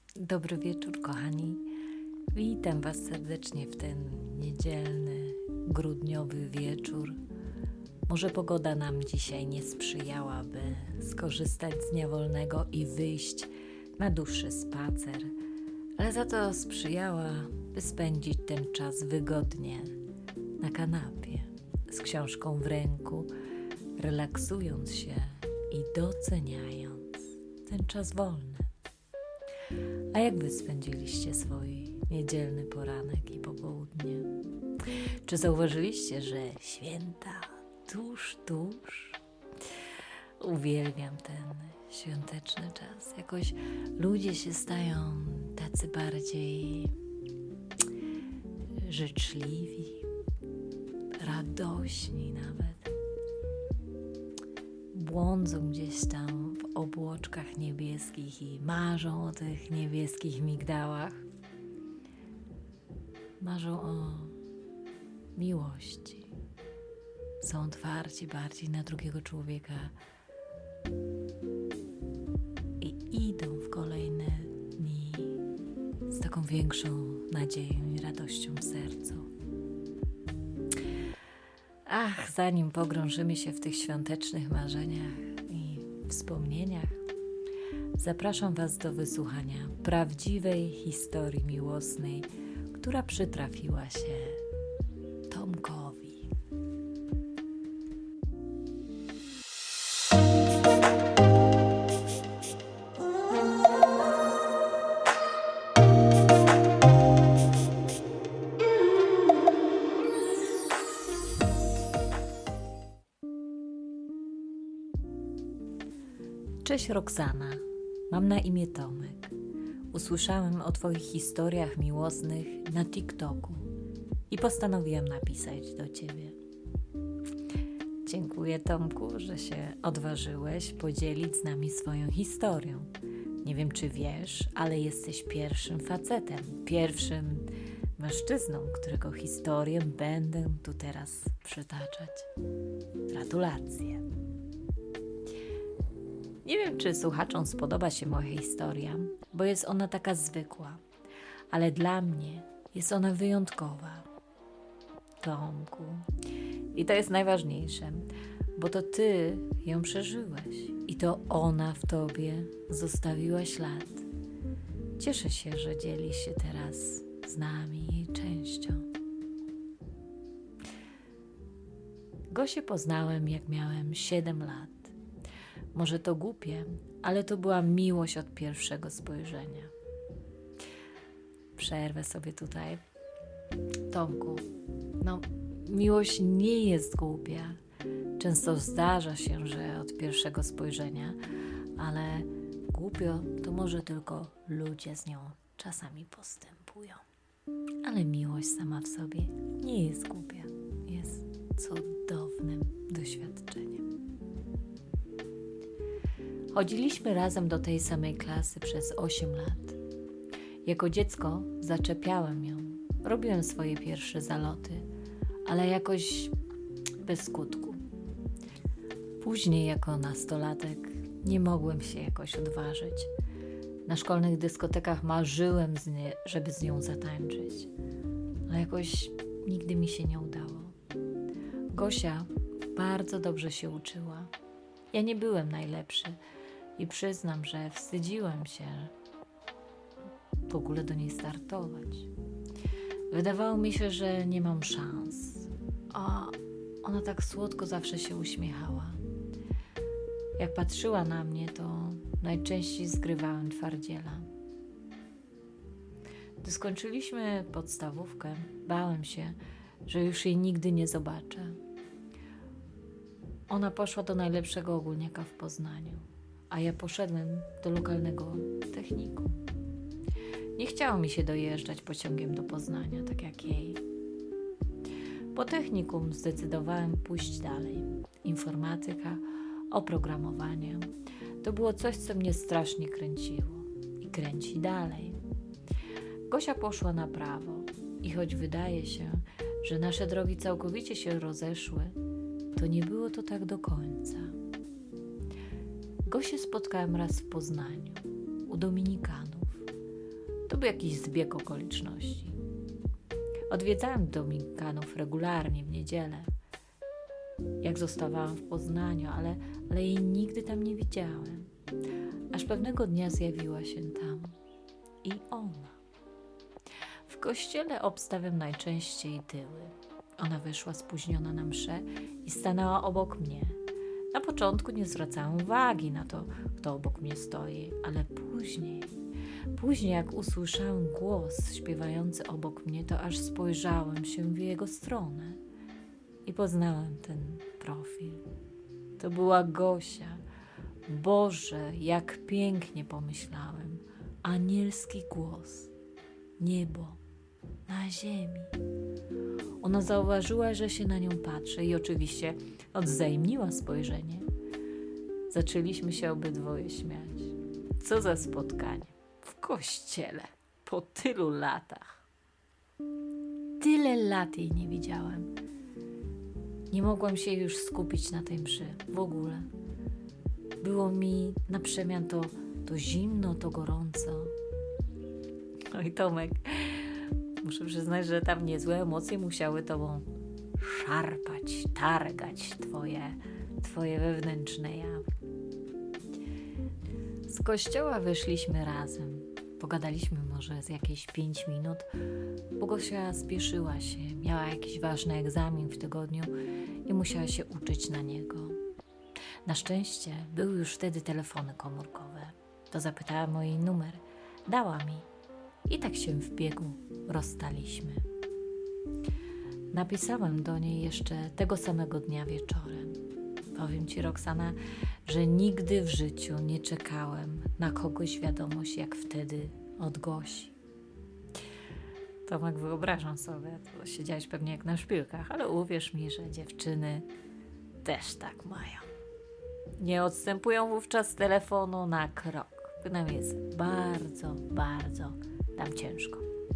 Dobry wieczór, kochani. Witam Was serdecznie w ten niedzielny, grudniowy wieczór. Może pogoda nam dzisiaj nie sprzyjała, by skorzystać z dnia wolnego i wyjść na dłuższy spacer, ale za to sprzyjała, by spędzić ten czas wygodnie na kanapie, z książką w ręku, relaksując się i doceniając ten czas wolny. A jak Wy spędziliście swój niedzielny poranek i popołudnie? Czy zauważyliście, że święta tuż? Uwielbiam ten świąteczny czas. Jakoś ludzie się stają tacy bardziej życzliwi, radośni nawet. Błądzą gdzieś tam w obłoczkach niebieskich i marzą o tych niebieskich migdałach. Marzą o miłości. Są otwarci bardziej na drugiego człowieka i idą w kolejne dni z taką większą nadzieją i radością w sercu. Zanim pogrążymy się w tych świątecznych marzeniach i wspomnieniach, zapraszam Was do wysłuchania prawdziwej historii miłosnej, która przytrafiła się Tomkowi. Cześć Roxana, mam na imię Tomek. Usłyszałem o Twoich historiach miłosnych na TikToku i postanowiłem napisać do Ciebie. Dziękuję Tomku, że się odważyłeś podzielić z nami swoją historią. Nie wiem, czy wiesz, ale jesteś pierwszym facetem, pierwszym mężczyzną, którego historię będę tu teraz przytaczać. Gratulacje. Nie wiem, czy słuchaczom spodoba się moja historia, bo jest ona taka zwykła, ale dla mnie jest ona wyjątkowa. Tomku, i to jest najważniejsze, bo to Ty ją przeżyłeś i to ona w Tobie zostawiła ślad. Cieszę się, że dzielisz się teraz z nami jej częścią. Gosię poznałem, jak miałem 7 lat. Może to głupie, ale to była miłość od pierwszego spojrzenia. Przerwę sobie tutaj. Tomku, miłość nie jest głupia. Często zdarza się, że od pierwszego spojrzenia, ale głupio to może tylko ludzie z nią czasami postępują. Ale miłość sama w sobie nie jest głupia. Jest cudownym doświadczeniem. Chodziliśmy razem do tej samej klasy przez 8 lat. Jako dziecko zaczepiałem ją, robiłem swoje pierwsze zaloty, ale jakoś bez skutku. Później jako nastolatek nie mogłem się jakoś odważyć. Na szkolnych dyskotekach marzyłem, żeby z nią zatańczyć, ale jakoś nigdy mi się nie udało. Gosia bardzo dobrze się uczyła. Ja nie byłem najlepszy i przyznam, że wstydziłem się w ogóle do niej startować. Wydawało mi się, że nie mam szans. A ona tak słodko zawsze się uśmiechała. Jak patrzyła na mnie, to najczęściej zgrywałem twardziela. Gdy skończyliśmy podstawówkę, bałem się, że już jej nigdy nie zobaczę. Ona poszła do najlepszego ogólniaka w Poznaniu, a ja poszedłem do lokalnego technikum. Nie chciało mi się dojeżdżać pociągiem do Poznania, tak jak jej. Po technikum zdecydowałem pójść dalej. Informatyka, oprogramowanie. To było coś, co mnie strasznie kręciło i kręci dalej. Gosia poszła na prawo i choć wydaje się, że nasze drogi całkowicie się rozeszły, to nie było to tak do końca. Gosię spotkałem raz w Poznaniu, u Dominikanów. To był jakiś zbieg okoliczności. Odwiedzałem Dominikanów regularnie w niedzielę, jak zostawałam w Poznaniu, ale jej nigdy tam nie widziałem. Aż pewnego dnia zjawiła się tam i ona. W kościele obstawiam najczęściej tyły. Ona wyszła spóźniona na mszę i stanęła obok mnie. Na początku nie zwracałam uwagi na to, kto obok mnie stoi, ale później jak usłyszałem głos śpiewający obok mnie, to aż spojrzałem się w jego stronę i poznałem ten profil. To była Gosia. Boże, jak pięknie, pomyślałem. Anielski głos. Niebo na ziemi. Ona zauważyła, że się na nią patrzę i oczywiście odwzajemniła spojrzenie. Zaczęliśmy się obydwoje śmiać. Co za spotkanie. W kościele. Po tylu latach. Tyle lat jej nie widziałem. Nie mogłam się już skupić na tej mszy. W ogóle. Było mi na przemian to zimno, to gorąco. Oj, Tomek, muszę przyznać, że tam niezłe emocje musiały tobą szarpać, targać twoje wewnętrzne ja. Z kościoła wyszliśmy razem. Pogadaliśmy może z jakieś 5 minut, bo Gosia spieszyła się. Miała jakiś ważny egzamin w tygodniu i musiała się uczyć na niego. Na szczęście były już wtedy telefony komórkowe. To zapytałam o jej numer. Dała mi. I tak się w biegu rozstaliśmy. Napisałem do niej jeszcze tego samego dnia wieczorem. Powiem ci, Roxana, że nigdy w życiu nie czekałem na kogoś wiadomość jak wtedy od Gosi. Tomek, wyobrażam sobie, to siedziałeś pewnie jak na szpilkach, ale uwierz mi, że dziewczyny też tak mają. Nie odstępują wówczas z telefonu na krok. Nam jest bardzo, bardzo tam ciężko.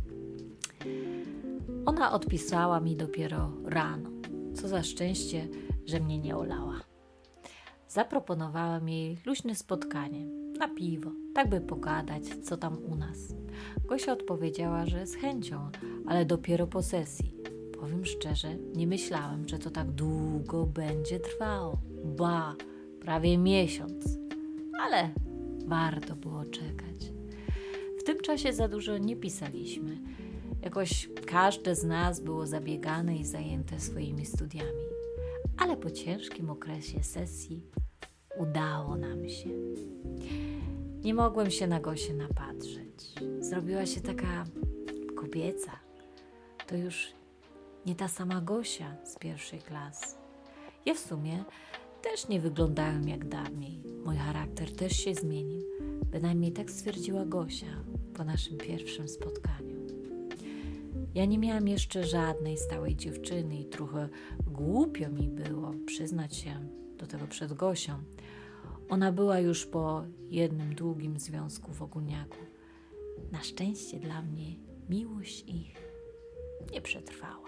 Ona odpisała mi dopiero rano. Co za szczęście, że mnie nie olała. Zaproponowałem jej luźne spotkanie na piwo, tak by pogadać, co tam u nas. Gosia odpowiedziała, że z chęcią, ale dopiero po sesji. Powiem szczerze, nie myślałem, że to tak długo będzie trwało. Prawie miesiąc. Ale warto było czekać. W tym czasie za dużo nie pisaliśmy. Jakoś każde z nas było zabiegane i zajęte swoimi studiami. Ale po ciężkim okresie sesji udało nam się. Nie mogłem się na Gosię napatrzeć. Zrobiła się taka kobieca. To już nie ta sama Gosia z pierwszej klasy. Ja w sumie też nie wyglądałem jak dawniej. Mój charakter też się zmienił. Bynajmniej tak stwierdziła Gosia po naszym pierwszym spotkaniu. Ja nie miałam jeszcze żadnej stałej dziewczyny i trochę głupio mi było przyznać się do tego przed Gosią. Ona była już po jednym długim związku w Ogólniaku. Na szczęście dla mnie miłość ich nie przetrwała.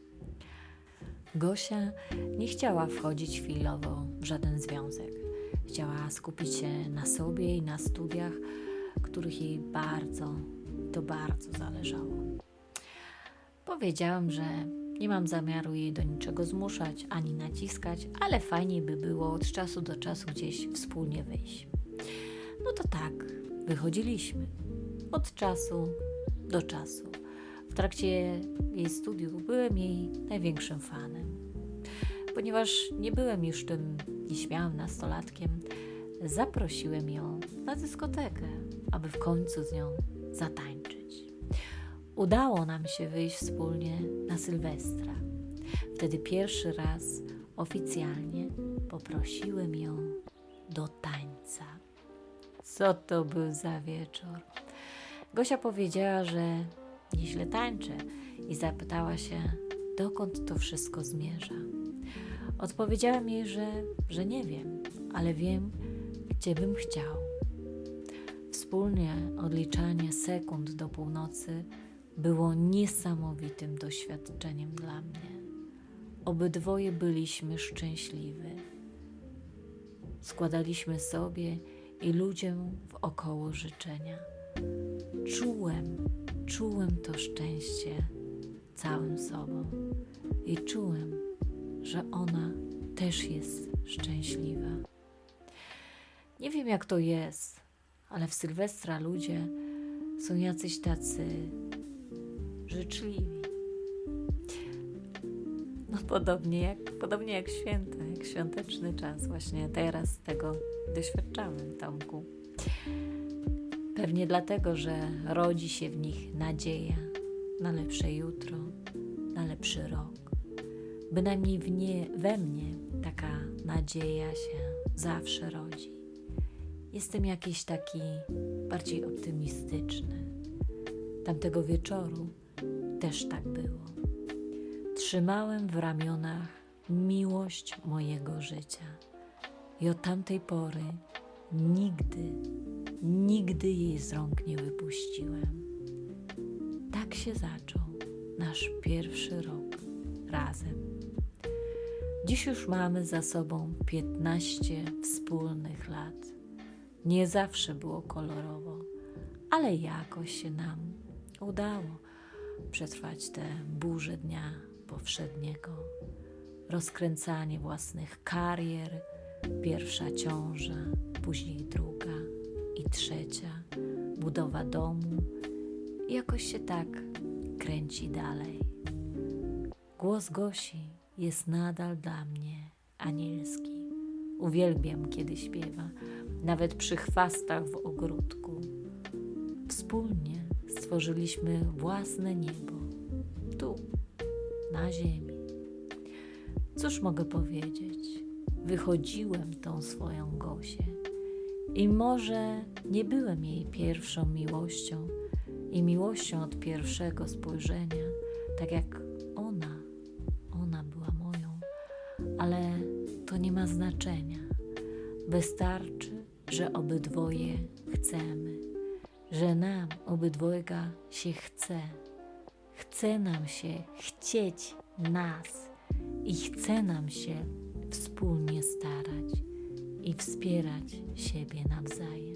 Gosia nie chciała wchodzić chwilowo w żaden związek. Chciała skupić się na sobie i na studiach, których jej bardzo zależało. Powiedziałam, że nie mam zamiaru jej do niczego zmuszać ani naciskać, ale fajniej by było od czasu do czasu gdzieś wspólnie wyjść. No to tak, wychodziliśmy od czasu do czasu. W trakcie jej studiów byłem jej największym fanem. Ponieważ nie byłem już tym nieśmiałym nastolatkiem, zaprosiłem ją na dyskotekę, aby w końcu z nią zatańczyć. Udało nam się wyjść wspólnie na Sylwestra. Wtedy pierwszy raz oficjalnie poprosiłem ją do tańca. Co to był za wieczór? Gosia powiedziała, że nieźle tańczę i zapytała się, dokąd to wszystko zmierza. Odpowiedziałem jej, że nie wiem, ale wiem, gdzie bym chciał. Wspólnie odliczanie sekund do północy było niesamowitym doświadczeniem dla mnie. Obydwoje byliśmy szczęśliwi. Składaliśmy sobie i ludziom wokoło życzenia. czułem to szczęście całym sobą i czułem, że ona też jest szczęśliwa. Nie wiem, jak to jest, ale w Sylwestra ludzie są jacyś tacy życzliwi. No podobnie jak święta, jak świąteczny czas. Właśnie teraz tego doświadczamy, Tomku. Pewnie dlatego, że rodzi się w nich nadzieja na lepsze jutro, na lepszy rok. Bynajmniej we mnie taka nadzieja się zawsze rodzi. Jestem jakiś taki bardziej optymistyczny. Tamtego wieczoru też tak było. Trzymałem w ramionach miłość mojego życia i od tamtej pory nigdy jej z rąk nie wypuściłem. Tak się zaczął nasz pierwszy rok razem. Dziś już mamy za sobą 15 wspólnych lat. Nie zawsze było kolorowo, ale jakoś się nam udało przetrwać te burze dnia powszedniego, rozkręcanie własnych karier, pierwsza ciąża, później druga i trzecia, budowa domu i jakoś się tak kręci dalej. Głos Gosi jest nadal dla mnie anielski. Uwielbiam, kiedy śpiewa, nawet przy chwastach w ogródku. Wspólnie stworzyliśmy własne niebo, tu, na ziemi. Cóż mogę powiedzieć? Wychodziłem tą swoją Gosię i może nie byłem jej pierwszą miłością i miłością od pierwszego spojrzenia, tak jak ona była moją, ale to nie ma znaczenia. Wystarczy, że obydwoje chcemy, że nam obydwojga się chce. Chce nam się chcieć nas i chce nam się wspólnie starać i wspierać siebie nawzajem.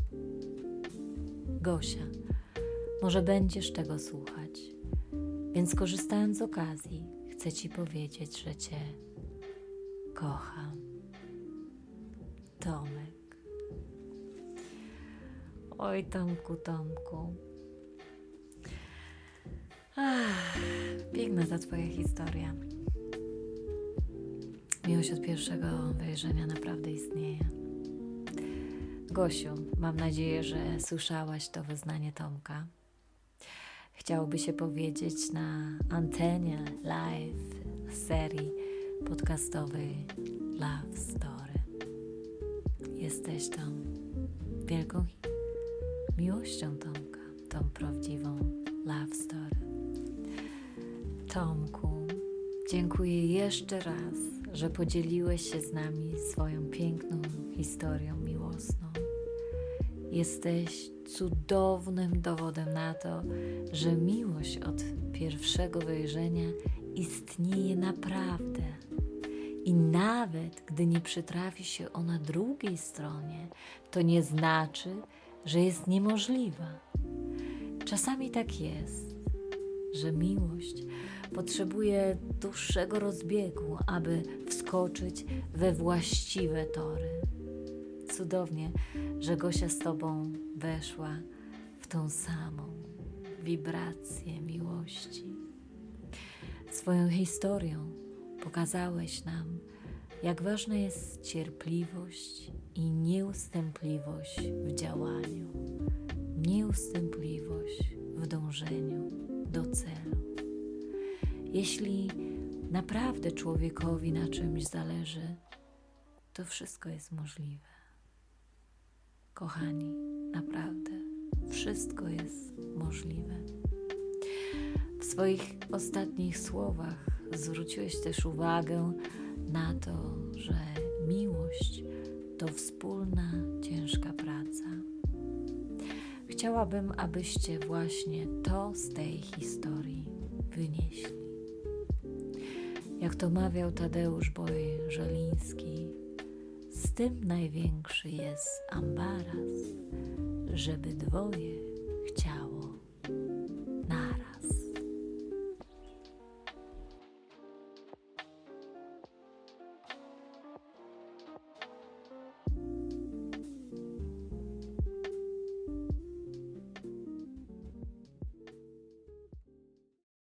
Gosia, może będziesz tego słuchać, więc korzystając z okazji, chcę Ci powiedzieć, że Cię kocham. Tomek. Oj, Tomku. Piękna ta Twoja historia. Miłość od pierwszego wejrzenia naprawdę istnieje. Gosiu, mam nadzieję, że słyszałaś to wyznanie Tomka. Chciałoby się powiedzieć na antenie live serii podcastowej Love Story. Jesteś tą wielką miłością Tomka, tą prawdziwą Love Story. Tomku, dziękuję jeszcze raz, że podzieliłeś się z nami swoją piękną historią miłosną. Jesteś cudownym dowodem na to, że miłość od pierwszego wejrzenia istnieje naprawdę. I nawet gdy nie przytrafi się ona drugiej stronie, to nie znaczy, że jest niemożliwa. Czasami tak jest, że miłość potrzebuje dłuższego rozbiegu, aby wskoczyć we właściwe tory. Cudownie, że Gosia z Tobą weszła w tą samą wibrację miłości. Swoją historią pokazałeś nam, jak ważna jest cierpliwość i nieustępliwość w działaniu, nieustępliwość w dążeniu do celu. Jeśli naprawdę człowiekowi na czymś zależy, to wszystko jest możliwe. Kochani, naprawdę wszystko jest możliwe. W swoich ostatnich słowach zwróciłeś też uwagę na to, że miłość to wspólna, ciężka praca. Chciałabym, abyście właśnie to z tej historii wynieśli. Jak to mawiał Tadeusz Boy-Żeliński, z tym największy jest ambaras, żeby dwoje